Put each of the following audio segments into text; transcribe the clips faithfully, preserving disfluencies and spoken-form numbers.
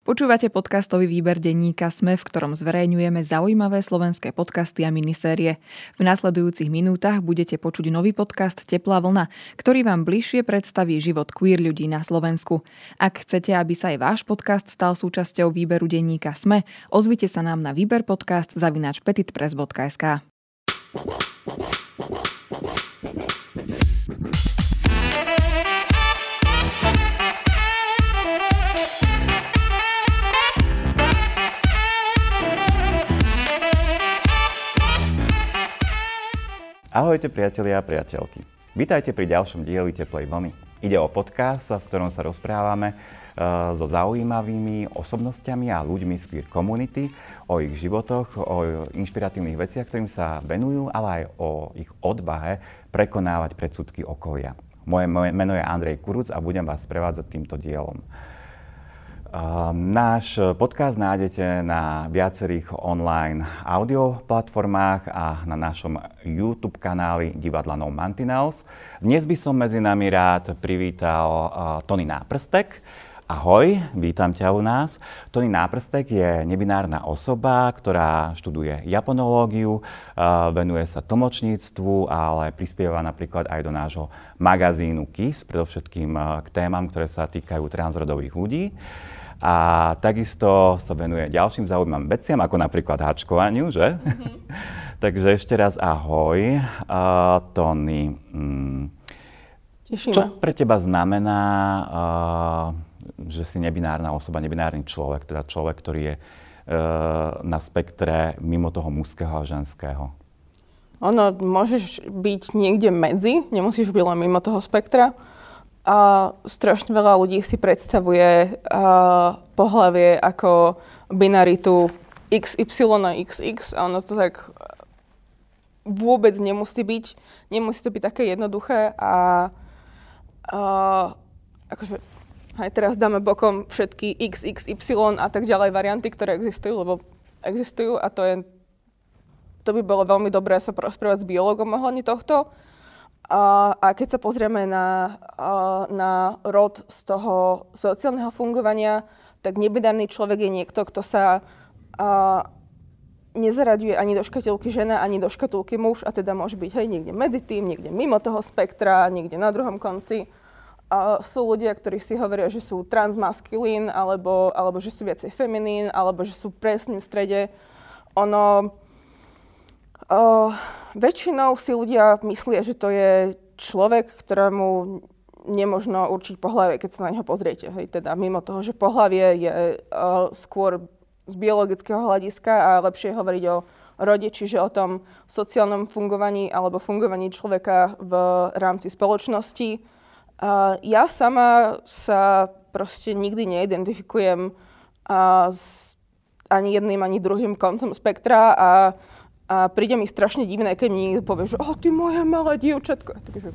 Počúvate podcastový výber denníka SME, v ktorom zverejňujeme zaujímavé slovenské podcasty a minisérie. V nasledujúcich minútach budete počuť nový podcast Teplá vlna, ktorý vám bližšie predstaví život queer ľudí na Slovensku. Ak chcete, aby sa aj váš podcast stal súčasťou výberu denníka SME, ozvite sa nám na výberpodcast zavináč petitpress bodka es ká. Ahojte priatelia a priateľky. Vítajte pri ďalšom dieli Teplej vlny. Ide o podcast, v ktorom sa rozprávame uh, so zaujímavými osobnostiami a ľuďmi z queer community, o ich životoch, o inšpiratívnych veciach, ktorým sa venujú, ale aj o ich odvahe prekonávať predsudky okolia. Moje meno je Andrej Kuruc a budem vás sprevádzať týmto dielom. Uh, náš podcast nájdete na viacerých online audio platformách a na našom YouTube kanáli Divadla No Mantinels. Dnes by som medzi nami rád privítal uh, Tony Náprstek. Ahoj, vítam ťa u nás. Tony Náprstek je nebinárna osoba, ktorá študuje japonológiu, uh, venuje sa tlmočníctvu, ale prispieva napríklad aj do nášho magazínu KISS, predovšetkým uh, k témam, ktoré sa týkajú transrodových ľudí. A takisto sa venuje ďalším zaujímavým veciam, ako napríklad háčkovaniu, že? Mm-hmm. Takže ešte raz ahoj, uh, Tony. Mm. Čo pre teba znamená, uh, že si nebinárna osoba, nebinárny človek, teda človek, ktorý je uh, na spektre mimo toho mužského a ženského? Ono, môžeš byť niekde medzi, nemusíš byť len mimo toho spektra. A strašne veľa ľudí si predstavuje uh, pohlavie ako binaritu iks ypsilon a iks iks a ono to tak vôbec nemusí byť. Nemusí to byť také jednoduché a uh, akože aj teraz dáme bokom všetky iks iks ypsilon a tak ďalej varianty, ktoré existujú, lebo existujú a to je to by bolo veľmi dobré sa porozprávať s biológom ohľadne tohto. A, a keď sa pozrieme na, na rod z toho sociálneho fungovania, tak nebinárny človek je niekto, kto sa a, nezaraďuje ani do škatulky žena, ani do škatulky muž, a teda môže byť hej, niekde medzi tým, niekde mimo toho spektra, niekde na druhom konci. A sú ľudia, ktorí si hovoria, že sú transmaskulín, alebo, alebo že sú viacej feminín, alebo že sú presne v strede. Ono... Uh, väčšinou si ľudia myslia, že to je človek, ktorému nemožno určiť pohlavie, keď sa na neho pozriete. Hej, teda mimo toho, že pohlavie je uh, skôr z biologického hľadiska a lepšie hovoriť o rode, čiže o tom sociálnom fungovaní alebo fungovaní človeka v rámci spoločnosti. Uh, ja sama sa proste nikdy neidentifikujem uh, s ani jedným, ani druhým koncom spektra a A príde mi strašne divné, keď mi niekto povie, že oh, ty moje malé dievčatko. Takže,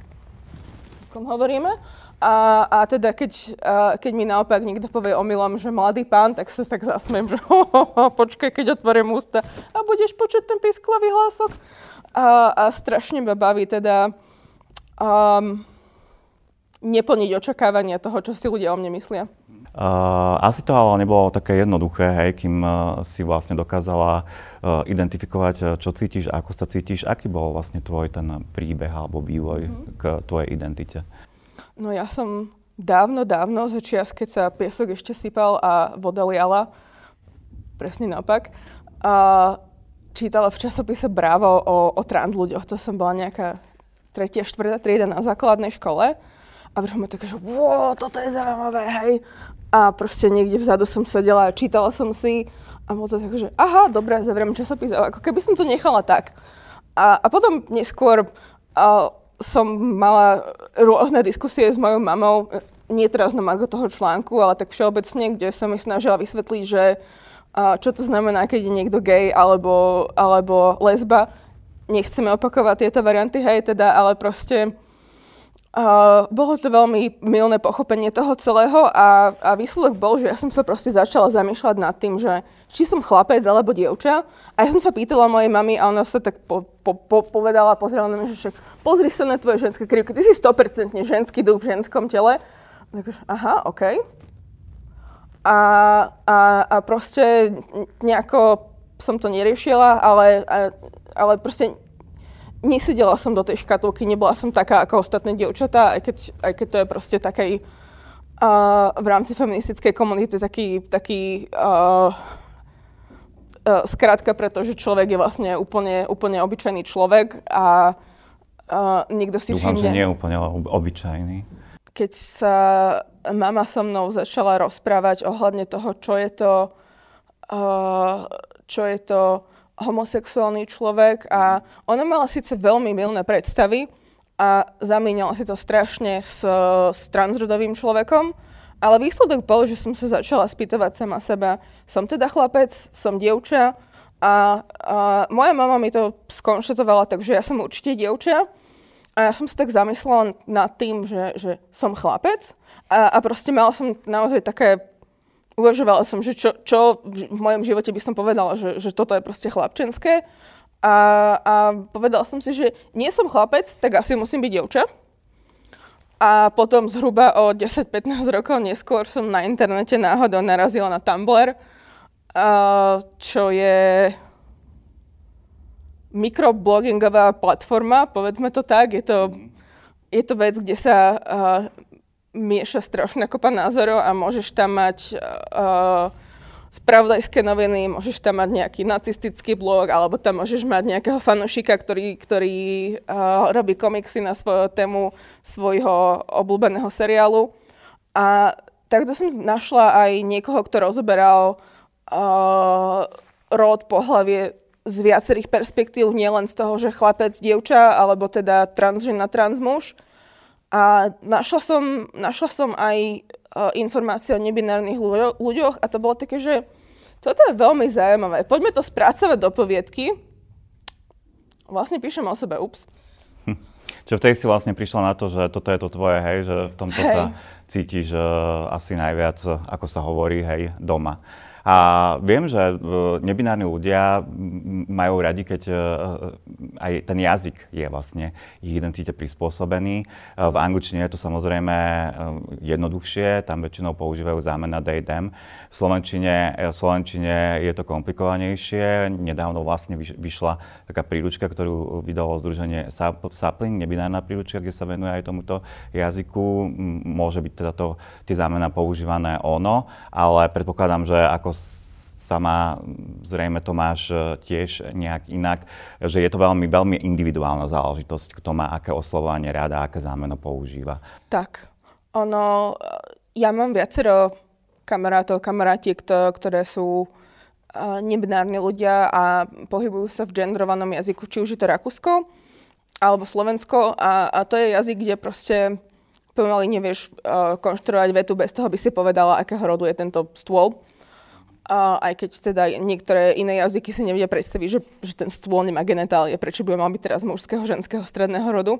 o kom hovoríme? A, a teda, keď, a, keď mi naopak niekto povie omylom, že mladý pán, tak sa tak zasmiem, že ho, ho, ho, počkaj, keď otvorím ústa a budeš počuť ten pisklavý hlások. A, a strašne ma baví teda um, neplniť očakávania toho, čo si ľudia o mne myslia. Uh, asi to ale nebolo také jednoduché, hej, kým uh, si vlastne dokázala uh, identifikovať, uh, čo cítiš, ako sa cítiš. Aký bol vlastne tvoj ten príbeh alebo vývoj mm-hmm. k tvojej identite? No ja som dávno, dávno, za čias, keď sa piesok ešte sypal a voda liala, presne naopak, uh, čítala v časopise Bravo o, o trans ľuďoch. To som bola nejaká tretia, štvrtá trieda na základnej škole. A prišlo mi také, že wow, toto je zaujímavé, hej. A proste niekde vzadu som sedela a čítala som si a bolo to také, že aha, dobré, zavriem časopis, ako keby som to nechala tak. A, a potom neskôr a, som mala rôzne diskusie s mojou mamou, nie teraz na margo toho článku, ale tak všeobecne, kde som mi snažila vysvetliť, že a, čo to znamená, keď je niekto gay alebo, alebo lesba. Nechceme opakovať tieto varianty, hej, teda, ale proste... Uh, bolo to veľmi mylné pochopenie toho celého a, a výsledok bol, že ja som sa proste začala zamýšľať nad tým, že či som chlapec alebo dievča. A ja som sa pýtala mojej mami a ona sa tak po, po, po, povedala, pozrela na mňa, že však pozri sa na tvoje ženské krivky, ty si sto percent ženský duch v ženskom tele. Takže, aha, okej. Okay. A, a, a proste nejako som to neriešila, ale, ale proste nesedela som do tej škatulky, nebola som taká ako ostatné dievčatá, aj keď, aj keď to je proste takej uh, v rámci feministickej komunity taký, taký uh, uh, skrátka, pretože človek je vlastne úplne, úplne obyčajný človek a uh, niekto si Dúfam, všimne... že nie je úplne obyčajný. Keď sa mama so mnou začala rozprávať ohľadne toho, čo je to, uh, čo je to homosexuálny človek a ona mala síce veľmi milné predstavy a zamieňala si to strašne s, s transrodovým človekom, ale výsledok bol, že som sa začala spýtovať sama seba, som teda chlapec, som dievča a, a moja mama mi to skonštatovala, takže ja som určite dievča a ja som sa tak zamyslela nad tým, že, že som chlapec a, a proste mala som naozaj také uvažovala som, že čo, čo v mojom živote by som povedala, že, že toto je proste chlapčenské. A, a povedala som si, že nie som chlapec, tak asi musím byť dievča. A potom zhruba o desať pätnásť rokov neskôr som na internete náhodou narazila na Tumblr, čo je mikroblogingová platforma, povedzme to tak. Je to, je to vec, kde sa mieša strašná kopa názorov a môžeš tam mať uh, spravodajské noviny, môžeš tam mať nejaký nacistický blog, alebo tam môžeš mať nejakého fanúšika, ktorý, ktorý uh, robí komiksy na svoju tému svojho obľúbeného seriálu. A takto som našla aj niekoho, kto rozoberal uh, rod, pohlavie z viacerých perspektív, nielen z toho, že chlapec, dievča, alebo teda transžena, transmuž. A našla som, našla som aj uh, informácie o nebinárnych ľuďo, ľuďoch a to bolo také, že toto je veľmi zaujímavé. Poďme to spracovať do poviedky. Vlastne píšem o sebe, ups. Hm. Čo vtedy si vlastne prišla na to, že toto je to tvoje, hej, že v tomto hej. sa cítiš uh, asi najviac, ako sa hovorí, hej, doma. A viem, že nebinárni ľudia majú radi, keď aj ten jazyk je vlastne ich identite prispôsobený. V angličtine je to samozrejme jednoduchšie, tam väčšinou používajú zámena they, them. V slovenčine, v slovenčine je to komplikovanejšie. Nedávno vlastne vyšla taká príručka, ktorú vydalo združenie Sapling, nebinárna príručka, kde sa venuje aj tomuto jazyku. Môže byť teda to, tie zámena používané ono, ale predpokladám, že ako sama zrejme to máš tiež nejak inak, že je to veľmi, veľmi individuálna záležitosť, kto má aké oslovovanie ráda, aké zámeno používa. Tak, ono, ja mám viacero kamarátov, kamarátiek, ktoré sú nebinárni ľudia a pohybujú sa v genderovanom jazyku, či už je to Rakúsko alebo Slovensko a, a to je jazyk, kde proste pomaly nevieš uh, konštruovať vetu bez toho, by si povedala, akého rodu je tento stôl. Uh, aj keď teda niektoré iné jazyky si nevedia predstaviť, že, že ten stôl nemá genitálie, prečo by mal byť teraz mužského, ženského, stredného rodu.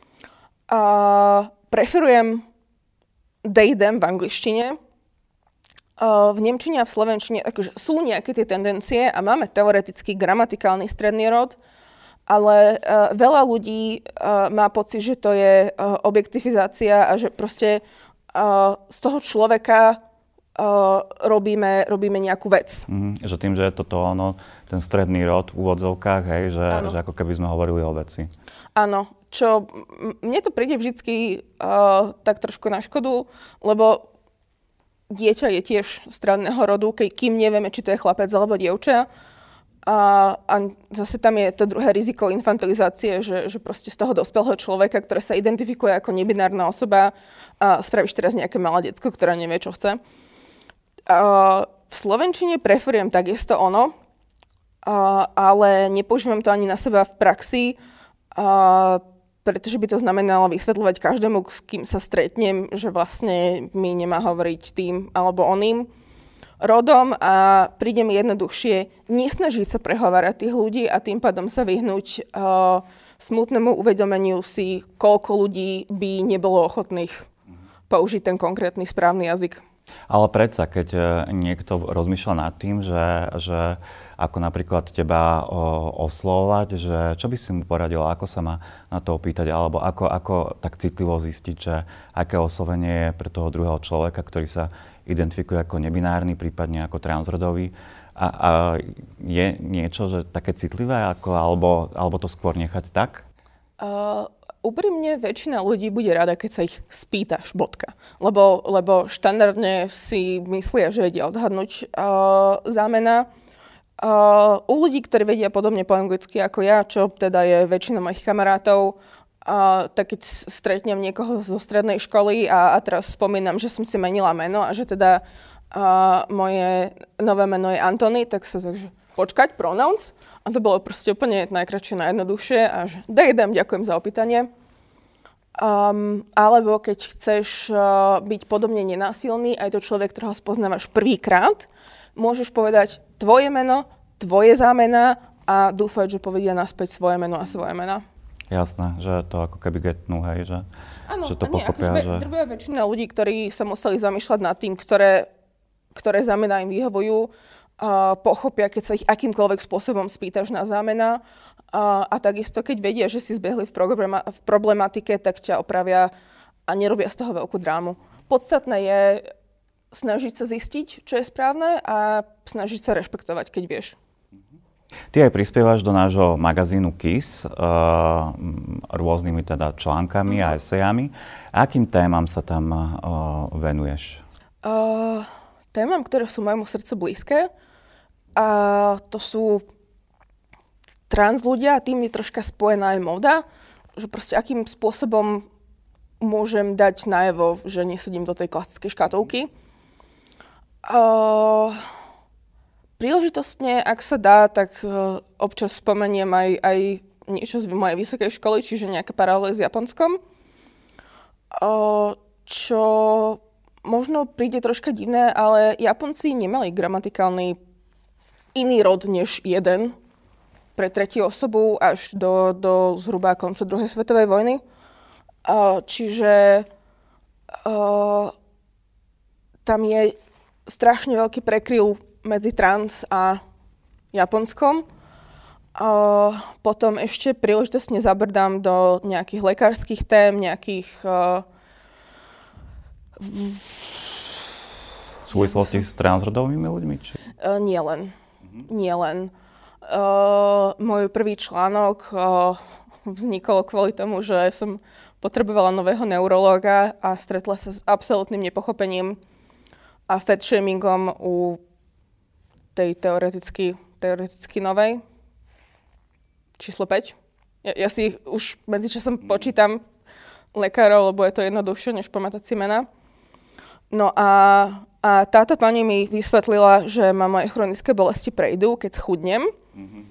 Uh, preferujem they, them v angličtine. Uh, v nemčine a v slovenčine akože sú nejaké tie tendencie a máme teoretický gramatikálny stredný rod, ale uh, veľa ľudí uh, má pocit, že to je uh, objektifizácia a že proste uh, z toho človeka uh, robíme, robíme nejakú vec. Mm, že tým, že je toto ono, ten stredný rod v úvodzovkách, hej, že, že ako keby sme hovorili o veci. Áno, čo m- mne to príde vždycky uh, tak trošku na škodu, lebo dieťa je tiež stredného rodu, keď kým nevieme, či to je chlapec alebo dievča. A, a zase tam je to druhé riziko infantilizácie, že, že proste z toho dospelého človeka, ktoré sa identifikuje ako nebinárna osoba, a spravíš teraz nejaké malé decko, ktoré nevie, čo chce. A v slovenčine preferujem takisto ono, a, ale nepoužívam to ani na seba v praxi, a, pretože by to znamenalo vysvetľovať každému, s kým sa stretnem, že vlastne mi nemá hovoriť tým alebo oným rodom a príde mi jednoduchšie nesnažiť sa prehovárať tých ľudí a tým pádom sa vyhnúť uh, smutnému uvedomeniu si, koľko ľudí by nebolo ochotných použiť ten konkrétny správny jazyk. Ale predsa, keď niekto rozmýšľa nad tým, že, že ako napríklad teba o, oslovovať, že čo by si mu poradila, ako sa má na to opýtať, alebo ako, ako tak citlivo zistiť, že aké oslovenie je pre toho druhého človeka, ktorý sa identifikujú ako nebinárny, prípadne ako transrodový. A, a je niečo, že také citlivé, ako, alebo, alebo to skôr nechať tak? Uh, úprimne väčšina ľudí bude rada, keď sa ich spýtaš, bodka. Lebo, lebo štandardne si myslia, že vedia odhadnúť uh, zámena. Uh, u ľudí, ktorí vedia podobne po anglicky ako ja, čo teda je väčšina mojich kamarátov, uh, tak keď stretnem niekoho zo strednej školy a, a teraz spomínam, že som si menila meno a že teda uh, moje nové meno je Antony, tak sa takže počkať, pronouns. A to bolo proste úplne najkratšie, najjednoduchšie a že dajdem, ďakujem za opýtanie. Um, alebo keď chceš uh, byť podobne nenásilný, aj to človek, ktorého spoznávaš prvýkrát, môžeš povedať tvoje meno, tvoje zámena a dúfať, že povedia naspäť svoje meno a svoje mena. Jasné, že to ako keby getnú, hej, že, ano, že to pochopia, akože že... drvivá väčšina ľudí, ktorí sa museli zamýšľať nad tým, ktoré, ktoré zámená im vyhovujú, Uh, pochopia, keď sa ich akýmkoľvek spôsobom spýtaš na zámena. Uh, a takisto, keď vedia, že si zbehli v, problema- v problematike, tak ťa opravia a nerobia z toho veľkú drámu. Podstatné je snažiť sa zistiť, čo je správne a snažiť sa rešpektovať, keď vieš. Ty aj prispievaš do nášho magazínu Kiss uh, rôznymi teda článkami mm-hmm. a esejami. Akým témam sa tam uh, venuješ? Uh, témam, ktoré sú môjmu srdcu blízke. A to sú trans ľudia, a tým je troška spojená aj móda, že proste akým spôsobom môžem dať najevo, že nesedím do tej klasickej škatulky. Uh, príležitostne, ak sa dá, tak uh, občas spomeniem aj, aj niečo z mojej vysokej školy, čiže nejaké paralely s Japonskom. Uh, čo možno príde troška divné, ale Japonci nemali gramatikálny iný rod než jeden pre tretiu osobu až do, do zhruba konca druhej svetovej vojny. Uh, čiže uh, tam je strašne veľký prekryv medzi trans a Japonskom. Uh, potom ešte príležitostne zabrdám do nejakých lekárskych tém, nejakých... Uh, v súvislosti s transrodovými ľuďmi? Či? Uh, nie len. Nie len. Uh, môj prvý článok uh, vznikol kvôli tomu, že som potrebovala nového neurológa a stretla sa s absolútnym nepochopením a fat-shamingom u tej teoreticky, teoreticky novej. Číslo päť. Ja, ja si ich už medzičasom počítam lekárov, lebo je to jednoduchšie, než pamätať si mena. No a, a táto pani mi vysvetlila, že ma moje chronické bolesti prejdú, keď schudnem. Mm-hmm.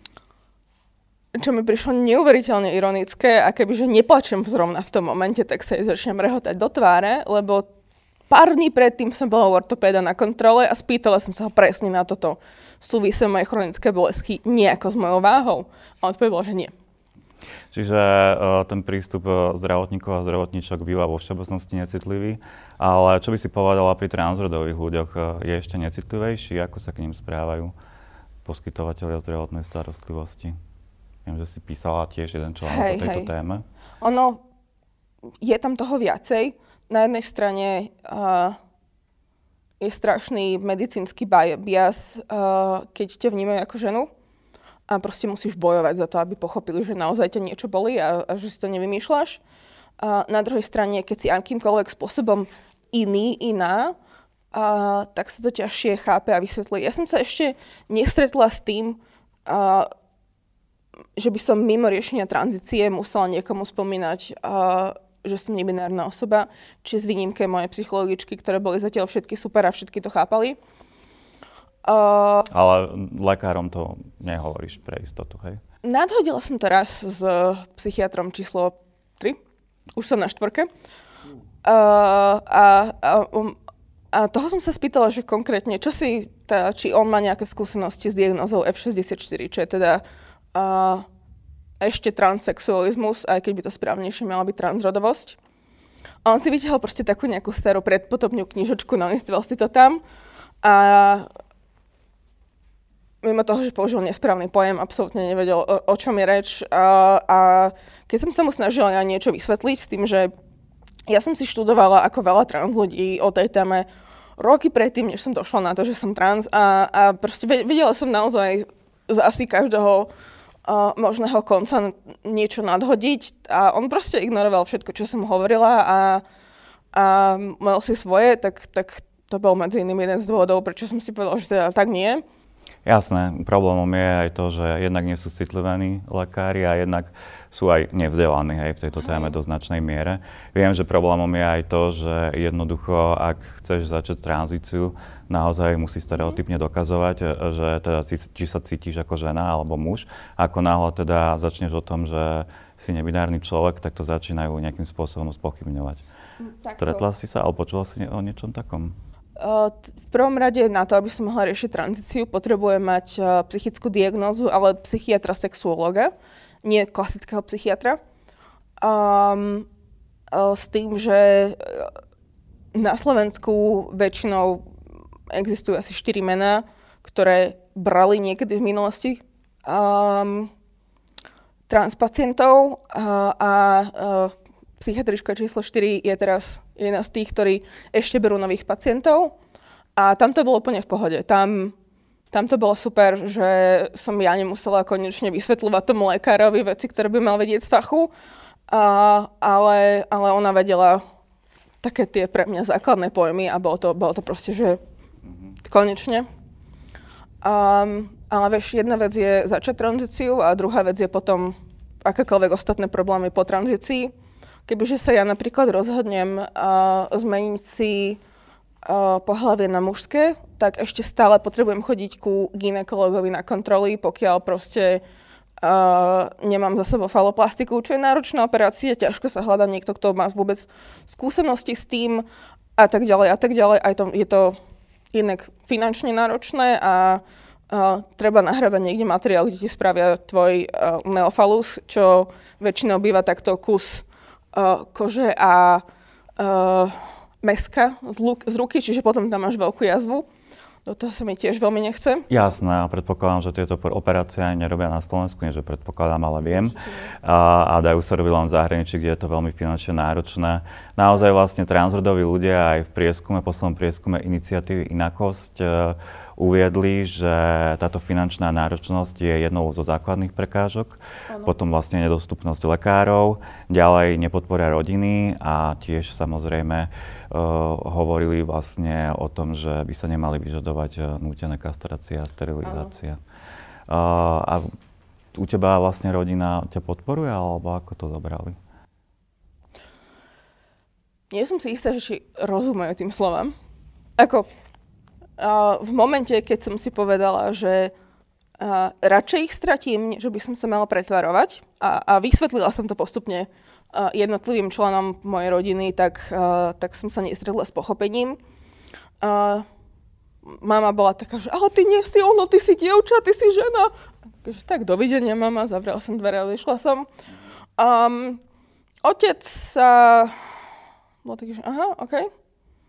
Čo mi prišlo neuveriteľne ironické a kebyže neplačem zrovna v tom momente, tak sa jej začnem rehotať do tváre, lebo pár dní predtým som bola u ortopéda na kontrole a spýtala som sa ho presne na toto. Súvisia moje chronické bolesti nejako s mojou váhou? A on povedal, že nie. Čiže uh, ten prístup uh, zdravotníkov a zdravotníčok býva vo všeobecnosti necitlivý, ale čo by si povedala pri transrodových ľuďoch, uh, je ešte necitlivejší? Ako sa k ním správajú poskytovatelia zdravotnej starostlivosti? Viem, že si písala tiež jeden článok hej, o tejto hej. téme. Ono, je tam toho viacej. Na jednej strane uh, je strašný medicínsky bias, uh, keď ťa vnímajú ako ženu. A proste musíš bojovať za to, aby pochopili, že naozaj ťa niečo bolí a, a že si to nevymýšľaš. A na druhej strane, keď si akýmkoľvek spôsobom iný, iná, a, tak sa to ťažšie chápe a vysvetlí. Ja som sa ešte nestretla s tým, a, že by som mimo riešenia tranzície musela niekomu spomínať, a, že som nebinárna osoba, či s výnimke moje psychologičky, ktoré boli zatiaľ všetky super a všetky to chápali. Uh, Ale lekárom to nehovoríš pre istotu, hej? Nadhodila som to raz s psychiatrom číslo tri. Už som na štvorke. Uh, a, a, um, a toho som sa spýtala, že konkrétne, čo si, tá, či on má nejaké skúsenosti s diagnózou ef šesťdesiatštyri, čo je teda uh, ešte transsexualizmus, aj keď by to správnejšie mala byť transrodovosť. A on si vyťahol proste takú nejakú starú predpotopňu knižočku, nalistoval si to tam. A mimo toho, že použil nesprávny pojem, absolútne nevedel, o, o čom je reč. A, a keď som sa mu snažila ja niečo vysvetliť s tým, že ja som si študovala, ako veľa trans ľudí o tej téme roky predtým, než som došla na to, že som trans a, a proste videla som naozaj z asi každého uh, možného konca niečo nadhodiť a on proste ignoroval všetko, čo som hovorila a, a mal si svoje, tak, tak to bol medzi iným jeden z dôvodov, prečo som si povedala, že teda tak nie. Jasné, problémom je aj to, že jednak nie sú citlivení lekári a jednak sú aj nevzdelaní hej, v tejto téme do značnej miere. Viem, že problémom je aj to, že jednoducho, ak chceš začať tranzíciu, naozaj musí stereotypne dokazovať, že teda si, či sa cítiš ako žena alebo muž. Ako náhle teda začneš o tom, že si nebinárny človek, tak to začínajú nejakým spôsobom spochybňovať. Stretla si sa alebo počula si o niečom takom? V prvom rade na to, aby som mohla riešiť tranzíciu, potrebujem mať psychickú diagnózu, ale psychiatra sexuológa, nie klasického psychiatra. Um, s tým, že na Slovensku väčšinou existujú asi štyri mená, ktoré brali niekedy v minulosti um, trans pacientov a, a uh, psychiatrička číslo štyri je teraz jedna z tých, ktorí ešte berú nových pacientov. A tam to bolo úplne v pohode. Tam, tam to bolo super, že som ja nemusela konečne vysvetľovať tomu lekárovi veci, ktoré by mal vedieť z fachu. A, ale, ale ona vedela také tie pre mňa základné pojmy a bolo to, bolo to proste, že konečne. Um, ale vieš, jedna vec je začať tranzíciu a druhá vec je potom akékoľvek ostatné problémy po tranzícii. Kebyže sa ja napríklad rozhodnem uh, zmeniť si uh, pohlavie na mužské, tak ešte stále potrebujem chodiť ku gynekologovi na kontroly, pokiaľ proste uh, nemám za sebou faloplastiku, čo je náročná operácia, ťažko sa hľadá niekto, kto má vôbec skúsenosti s tým a tak ďalej a tak ďalej. Aj to, je to inak finančne náročné a uh, treba nahrabať niekde materiál, kde ti spravia tvoj uh, neofalus, čo väčšinou býva takto kus Uh, kože a uh, mäska z, luk, z ruky, čiže potom tam máš veľkú jazvu. Do toho sa mi tiež veľmi nechce. Jasné, a predpokladám, že tieto operácie nerobia na Slovensku, nie že predpokladám, ale viem. A, a dajú sa robiť len v zahraničí, kde je to veľmi finančne náročné. Naozaj vlastne transrodoví ľudia aj v prieskume, poslednom prieskume iniciatívy Inakosť uh, uviedli, že táto finančná náročnosť je jednou zo základných prekážok. Ano. Potom vlastne nedostupnosť lekárov, ďalej nepodpora rodiny a tiež samozrejme uh, hovorili vlastne o tom, že by sa nemali vyžadovať nútené kastrácie a sterilizácia. Uh, a u teba vlastne rodina ťa podporuje, alebo ako to zobrali? Nie som si istá, že či rozumejú tým slovám. Ako Uh, v momente, keď som si povedala, že uh, radšej ich stratím, že by som sa mala pretvarovať a, a vysvetlila som to postupne uh, jednotlivým členom mojej rodiny, tak, uh, tak som sa nestretla s pochopením. Uh, mama bola taká, že ale ty nie si ono, ty si dievča, ty si žena. Takže tak, dovidenia mama, zavrela som dvere a vyšla som. Um, otec sa... Uh, bol taký, že aha, okej. Okay.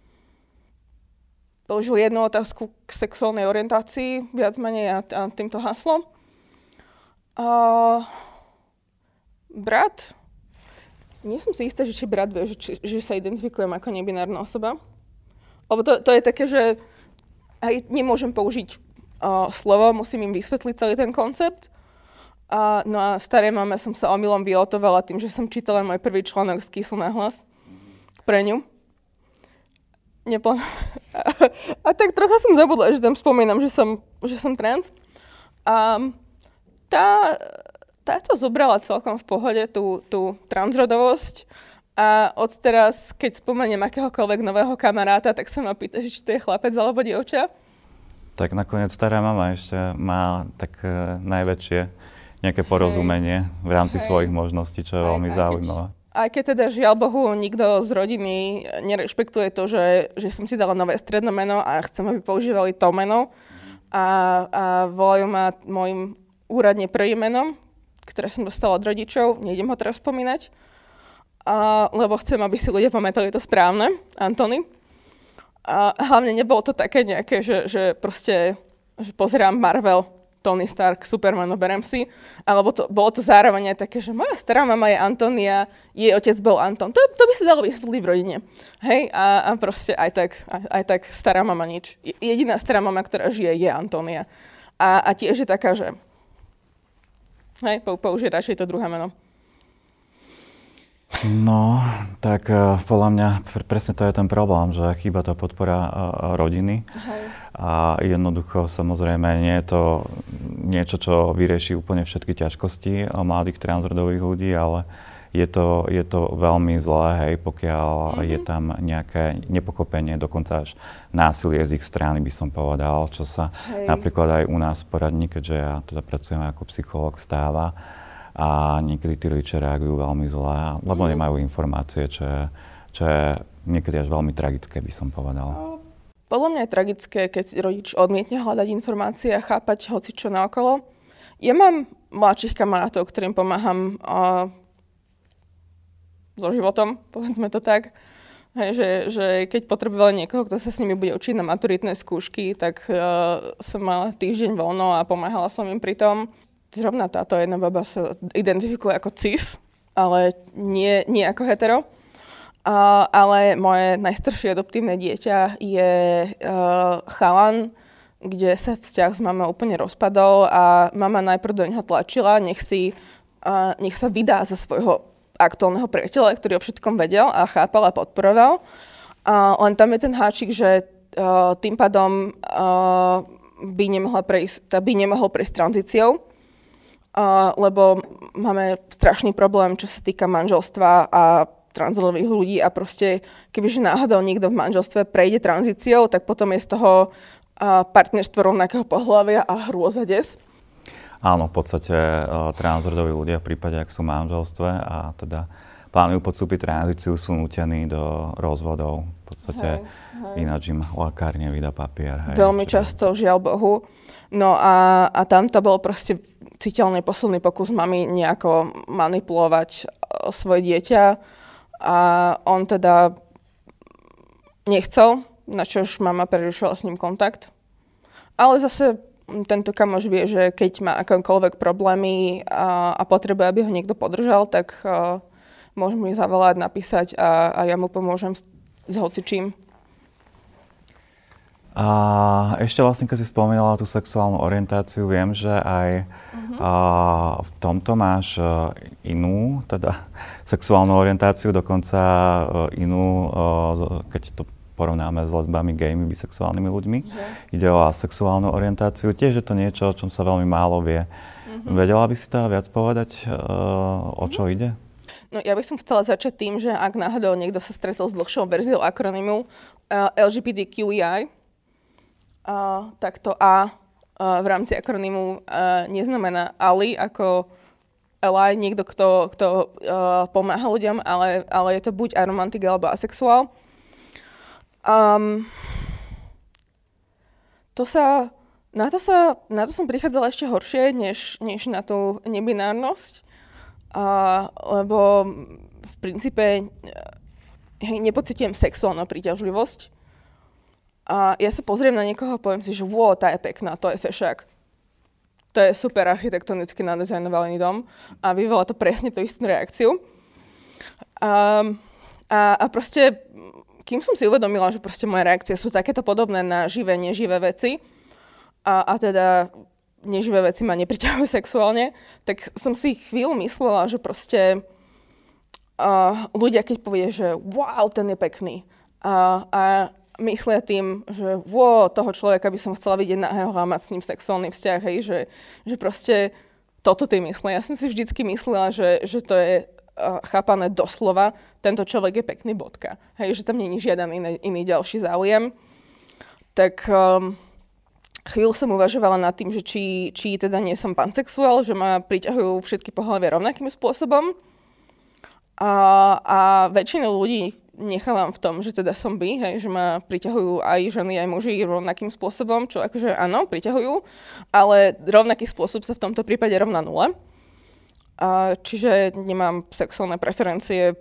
Položil jednu otázku k sexuálnej orientácii, viac menej a, a týmto haslom. Uh, brat, nie som si istá, že či brat vie, že, či, že sa identifikujem ako nebinárna osoba. Lebo to, to je také, že aj nemôžem použiť uh, slovo, musím im vysvetliť celý ten koncept. Uh, no a starej mame som sa omylom vyotovala tým, že som čítala môj prvý článok z Kysl na hlas pre ňu. Nepl- a, a tak trocha som zabudla, že tam spomínam, že som, že som trans. A tá, táto zobrala celkom v pohode tú, tú transrodovosť a odteraz, keď spomeniem akéhokoľvek nového kamaráta, tak sa ma pýta, či to je chlapec alebo dievča. Tak nakoniec stará mama ešte má tak uh, najväčšie nejaké porozumenie v rámci Hej. svojich možností, čo je aj, veľmi aj zaujímavé. Aj keď teda žiaľ Bohu nikto z rodiny nerešpektuje to, že, že som si dala nové stredné meno a chcem, aby používali to meno a, a volajú ma môjim úradne prvým menom, ktoré som dostala od rodičov, nejdem ho teraz spomínať, a, lebo chcem, aby si ľudia pamätali to správne, Antony. A hlavne nebolo to také nejaké, že, že proste že pozerám Marvel Tony Stark, Superman, no berem si. Alebo to, bolo to zároveň aj také, že moja stará mama je Antonia, jej otec bol Anton. To, to by sa dalo vysvetliť v rodine. Hej, a, a proste aj tak, aj, aj tak stará mama nič. Jediná stará mama, ktorá žije, je Antonia. A, a tiež je taká, že hej, použije radšej to druhé meno. No, tak uh, podľa mňa pr- presne to je ten problém, že chýba tá podpora uh, rodiny. Hej. A jednoducho, samozrejme, nie je to niečo, čo vyrieši úplne všetky ťažkosti mladých transrodových ľudí, ale je to, je to veľmi zlé, hej, pokiaľ mm-hmm. je tam nejaké nepochopenie, dokonca až násilie z ich strany, by som povedal, čo sa hej. napríklad aj u nás v poradni, keďže ja teda pracujem ako psychológ, stáva. A niekedy tí rodičia reagujú veľmi zle, lebo mm. nemajú informácie, čo je, čo je niekedy až veľmi tragické, by som povedal. Podľa mňa je tragické, keď rodič odmietne hľadať informácie a chápať hocičo naokolo. Ja mám mladších kamarátov, ktorým pomáham uh, so životom, povedzme to tak. Hej, že, že keď potrebovali niekoho, kto sa s nimi bude učiť na maturitné skúšky, tak uh, som mala týždeň voľno a pomáhala som im pri tom. Zrovna táto jedna baba sa identifikuje ako cis, ale nie, nie ako hetero. Uh, ale moje najstaršie adoptívne dieťa je uh, chalan, kde sa vzťah s mamou úplne rozpadol a mama najprv do neho tlačila, nech, si, uh, nech sa vydá za svojho aktuálneho priateľa, ktorý o všetkom vedel a chápal a podporoval. Uh, len tam je ten háčik, že uh, tým pádom uh, by, nemohla prejsť, by nemohol prejsť tranzíciou. Uh, lebo máme strašný problém, čo sa týka manželstva a transrodových ľudí a proste, kebyže náhodou niekto v manželstve prejde tranzíciou, tak potom je z toho uh, partnerstvo rovnakého pohlavia a hrôza des. Áno, v podstate uh, transrodoví ľudia v prípade, ak sú v manželstve a teda plánujú podstúpiť tranzíciu, sú nútení do rozvodov. V podstate hej, hej. Ináč im lekár nevydá papier. Hej, Veľmi čiže... často, žiaľ Bohu. No a, a tam to bol proste citeľný posledný pokus mami nejako manipulovať svoje dieťa a on teda nechcel, na čož mama prerušila s ním kontakt. Ale zase tento kamoš vie, že keď má akékoľvek problémy a, a potrebuje, aby ho niekto podržal, tak uh, môže mi zavolať, napísať a, a ja mu pomôžem s, s hocičím. A ešte vlastne, keď si spomínala tú sexuálnu orientáciu, viem, že aj uh-huh. a, v tomto máš a, inú, teda sexuálnu orientáciu, dokonca a, inú, a, keď to porovnáme s lesbami, gaymi, bisexuálnymi ľuďmi. Uh-huh. Ide o sexuálnu orientáciu. Tiež je to niečo, o čom sa veľmi málo vie. Uh-huh. Vedela by si teda viac povedať, a, o čo uh-huh. ide? No ja by som chcela začať tým, že ak náhodou niekto sa stretol s dlhšou verziou akronymu uh, el gé bé té kú í í, Uh, tak to A uh, v rámci akronymu uh, neznamená ally ako ally, niekto, kto, kto uh, pomáha ľuďom, ale, ale je to buď aromantik alebo asexuál. Um, to sa, na, to sa, na to som prichádzala ešte horšie, než, než na tú nebinárnosť, uh, lebo v princípe uh, nepociťujem sexuálnu príťažlivosť. A ja sa pozriem na niekoho a poviem si, že wow, tá je pekná, to je fešák. To je super architektonicky nadizajnovaný dom a vyvolá to presne tú istú reakciu. Um, a, a proste, kým som si uvedomila, že proste moje reakcie sú takéto podobné na živé, neživé veci a, a teda neživé veci ma nepriťahujú sexuálne, tak som si chvíľu myslela, že proste uh, ľudia, keď povie, že wow, ten je pekný a, a myslia tým, že wow, toho človeka by som chcela vidieť nahého a mať s ním sexuálny vzťah, hej, že, že proste toto ty myslia. Ja som si vždycky myslela, že, že to je uh, chápané doslova, tento človek je pekný bodka, hej, že tam nie je žiaden iný, iný ďalší záujem. Tak um, chvíľu som uvažovala nad tým, že či, či teda nie som pansexuál, že ma priťahujú všetky pohlavia rovnakým spôsobom. A, a väčšinu ľudí nechávam v tom, že teda som bi, hej, že ma priťahujú aj ženy, aj muži rovnakým spôsobom, čo akože áno, priťahujú, ale rovnaký spôsob sa v tomto prípade rovná nule. A čiže nemám sexuálne preferencie,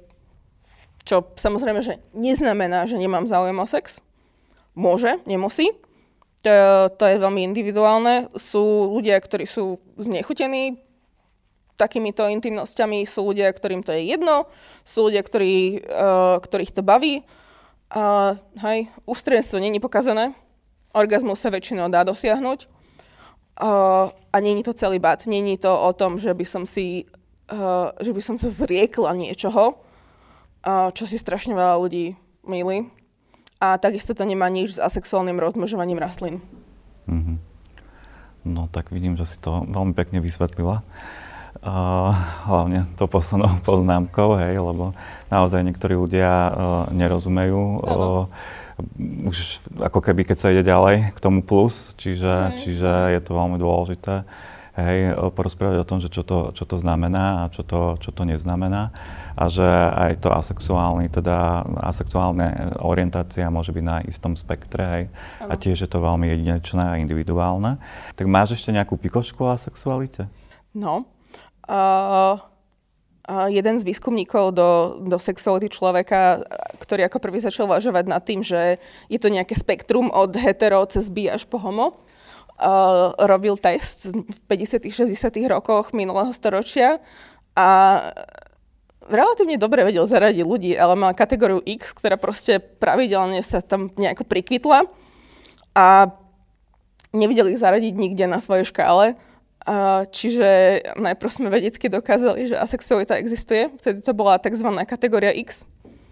čo samozrejme, že neznamená, že nemám záujem o sex. Môže, nemusí, To, to je veľmi individuálne. Sú ľudia, ktorí sú znechutení takýmito intimnosťami, sú ľudia, ktorým to je jedno, sú ľudia, ktorí, uh, ktorých to baví. Uh, hej, ústrenstvo nie je pokazané, orgazmus sa väčšinou dá dosiahnuť uh, a nie je to celý bát. Nie je to o tom, že by som si, uh, že by som sa zriekla niečoho, uh, čo si strašne veľa ľudí mýli. A takisto to nemá nič s asexuálnym rozmnožovaním rastlín. Mm-hmm. No tak vidím, že si to veľmi pekne vysvetlila. Uh, hlavne to poslednou poznámkou, hej, lebo naozaj niektorí ľudia uh, nerozumejú. Uh, už ako keby, keď sa ide ďalej k tomu plus, čiže, mm. čiže je to veľmi dôležité, hej, porozprávať o tom, že čo to, čo to znamená a čo to, čo to neznamená. A že aj to asexuálne, teda asexuálne orientácia môže byť na istom spektre, hej. A tiež je to veľmi jedinečné a individuálne. Tak máš ešte nejakú pikošku o asexualite? No. Uh, uh, jeden z výskumníkov do, do sexuality človeka, ktorý ako prvý začal uvažovať nad tým, že je to nejaké spektrum od hetero cez bi až po homo, uh, robil test v päťdesiatych šesťdesiatych rokoch minulého storočia a relatívne dobre vedel zaradiť ľudí, ale mal kategóriu X, ktorá proste pravidelne sa tam nejako prikvitla a nevidel ich zaradiť nikde na svojej škále. Uh, čiže najprv sme vedecky dokázali, že asexualita existuje. Vtedy to bola tzv. Kategória X.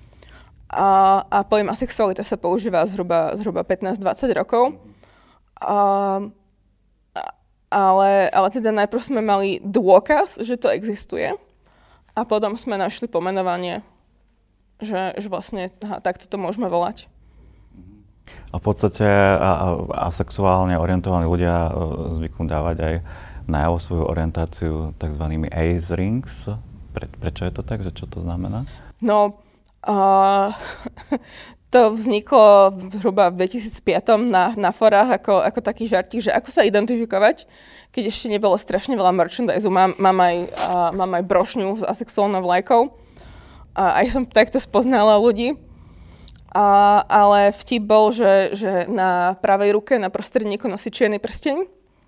A, a pojem asexualita sa používa zhruba, zhruba pätnásť dvadsať rokov. Uh, ale, ale teda najprv sme mali dôkaz, že to existuje. A potom sme našli pomenovanie, že, že vlastne aha, takto to môžeme volať. A v podstate a, a, asexuálne orientovaní ľudia zvyknú dávať aj najavo svoju orientáciu tzv. Ace rings. Pre, prečo je to tak? Že čo to znamená? No, uh, to vzniklo zhruba v dvetisícpäť na, na forách ako, ako taký žartík, že ako sa identifikovať, keď ešte nebolo strašne veľa merchandise. Mám, mám, aj, uh, mám aj brošňu s asexuálnou vlajkou. A aj som takto spoznala ľudí. Uh, ale vtip bol, že, že na pravej ruke na prostredníku nosí čierny prsteň.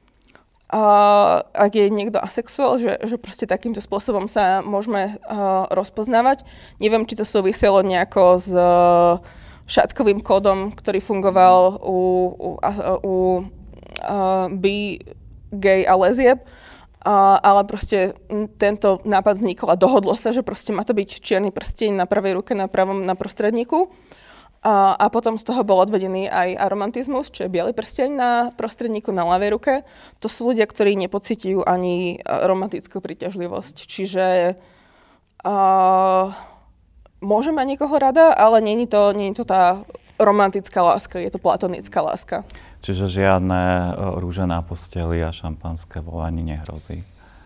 Uh, ak je niekto asexuál, že, že proste takýmto spôsobom sa môžeme uh, rozpoznávať. Neviem, či to súviselo nejako s uh, šatkovým kódom, ktorý fungoval u, u, uh, u uh, bi, gay a lezieb, uh, ale proste tento nápad vznikol a dohodlo sa, že proste má to byť čierny prsteň na pravej ruke, na pravom na prostredníku. A, a potom z toho bol odvedený aj aromantizmus, čo je biely prsteň na prostredníku na ľavej ruke. To sú ľudia, ktorí nepociťujú ani romantickú príťažlivosť. Čiže uh, môžem mať niekoho rada, ale nie je to, nie je to tá romantická láska, je to platonická láska. Čiže žiadne rúže na posteli a šampanské volanie nehrozí?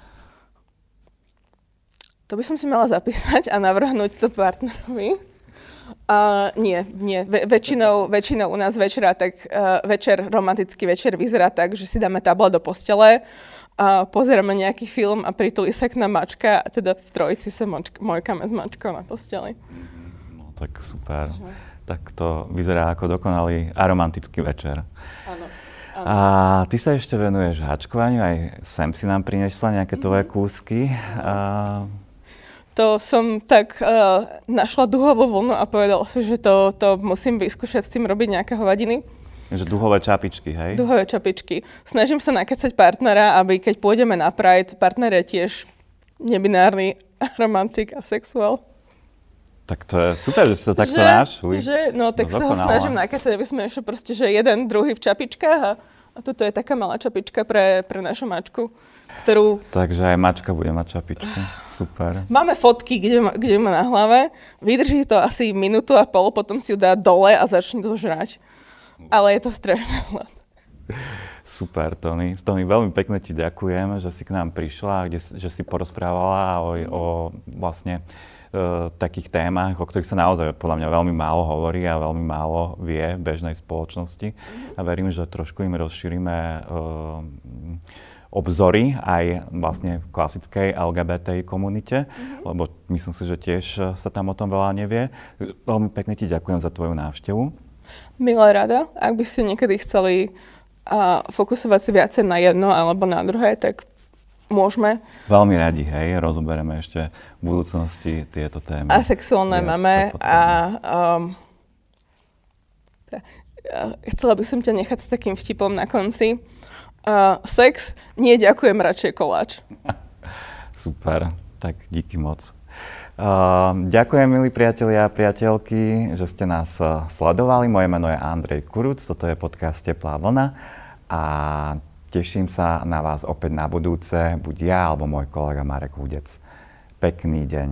To by som si mala zapísať a navrhnúť to partnerovi. Uh, nie, nie. Ve- väčšinou, väčšinou u nás večera, tak uh, večer, romantický večer vyzerá tak, že si dáme tablet do postele, uh, pozeráme nejaký film a pritulí sa k nám mačka a teda v trojici sa močk- mojkáme s mačkou na posteli. No tak super. Uh-huh. Tak to vyzerá ako dokonalý aromantický večer. Áno. A ty sa ešte venuješ háčkovaniu, aj sem si nám priniesla nejaké tvoje kúsky. Uh, To som tak uh, našla duhovú vlnu a povedala si, že to, to musím vyskúšať s tým robiť nejaké hovadiny. Že duhové čapičky, hej? Duhové čapičky. Snažím sa nakecať partnera, aby keď pôjdeme na Pride, partner je tiež nebinárny romantik a sexuál. Tak to je super, že si to takto že, našli. Že, no tak no, sa ho snažím nakecať, aby sme ešte proste, že jeden, druhý v čapičkách a, a toto je taká malá čapička pre, pre našu mačku, ktorú... Takže aj mačka bude mať čapičku. Super. Máme fotky, kde má, kde má na hlave. Vydrží to asi minútu a pol, potom si ju dá dole a začne to žrať. Ale je to strašné. Super, Tony. Tony, veľmi pekne ti ďakujem, že si k nám prišla, kde, že si porozprávala o, o vlastne e, takých témach, o ktorých sa naozaj podľa mňa veľmi málo hovorí a veľmi málo vie v bežnej spoločnosti. A verím, že trošku im rozšírime e, obzory aj vlastne v klasickej el gé bé té í komunite, mm-hmm. lebo myslím si, že tiež sa tam o tom veľa nevie. Veľmi pekne ti ďakujem za tvoju návštevu. Milá rada, ak by ste niekedy chceli a fokusovať sa viacej na jedno alebo na druhé, tak môžeme. Veľmi radi, hej, rozoberieme ešte v budúcnosti tieto témy. A sexuálne máme a um, chcela by som ťa nechať s takým vtipom na konci. Uh, sex, nie ďakujem, radšej koláč. Super, tak díky moc. Uh, ďakujem, milí priatelia a priateľky, že ste nás uh, sledovali. Moje meno je Andrej Kuruc, toto je podcast Teplá vlna a teším sa na vás opäť na budúce, buď ja alebo môj kolega Marek Hudec. Pekný deň.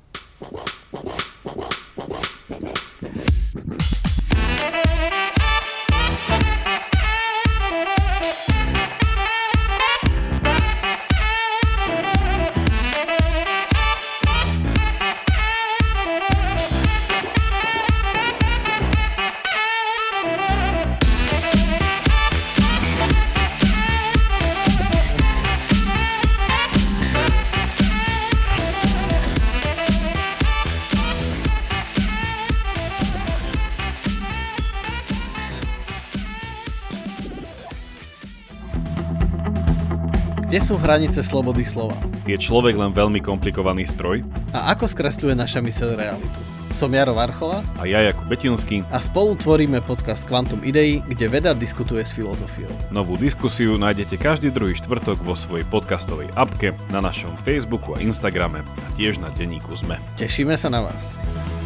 Kde sú hranice slobody slova? Je človek len veľmi komplikovaný stroj? A ako skresľuje naša myseľ realitu? Som Jaro Varchola a ja Jakub Betinský a spolu tvoríme podcast Quantum Idei, kde veda diskutuje s filozofiou. Novú diskusiu nájdete každý druhý štvrtok vo svojej podcastovej appke, na našom Facebooku a Instagrame a tiež na denníku es em e. Tešíme sa na vás.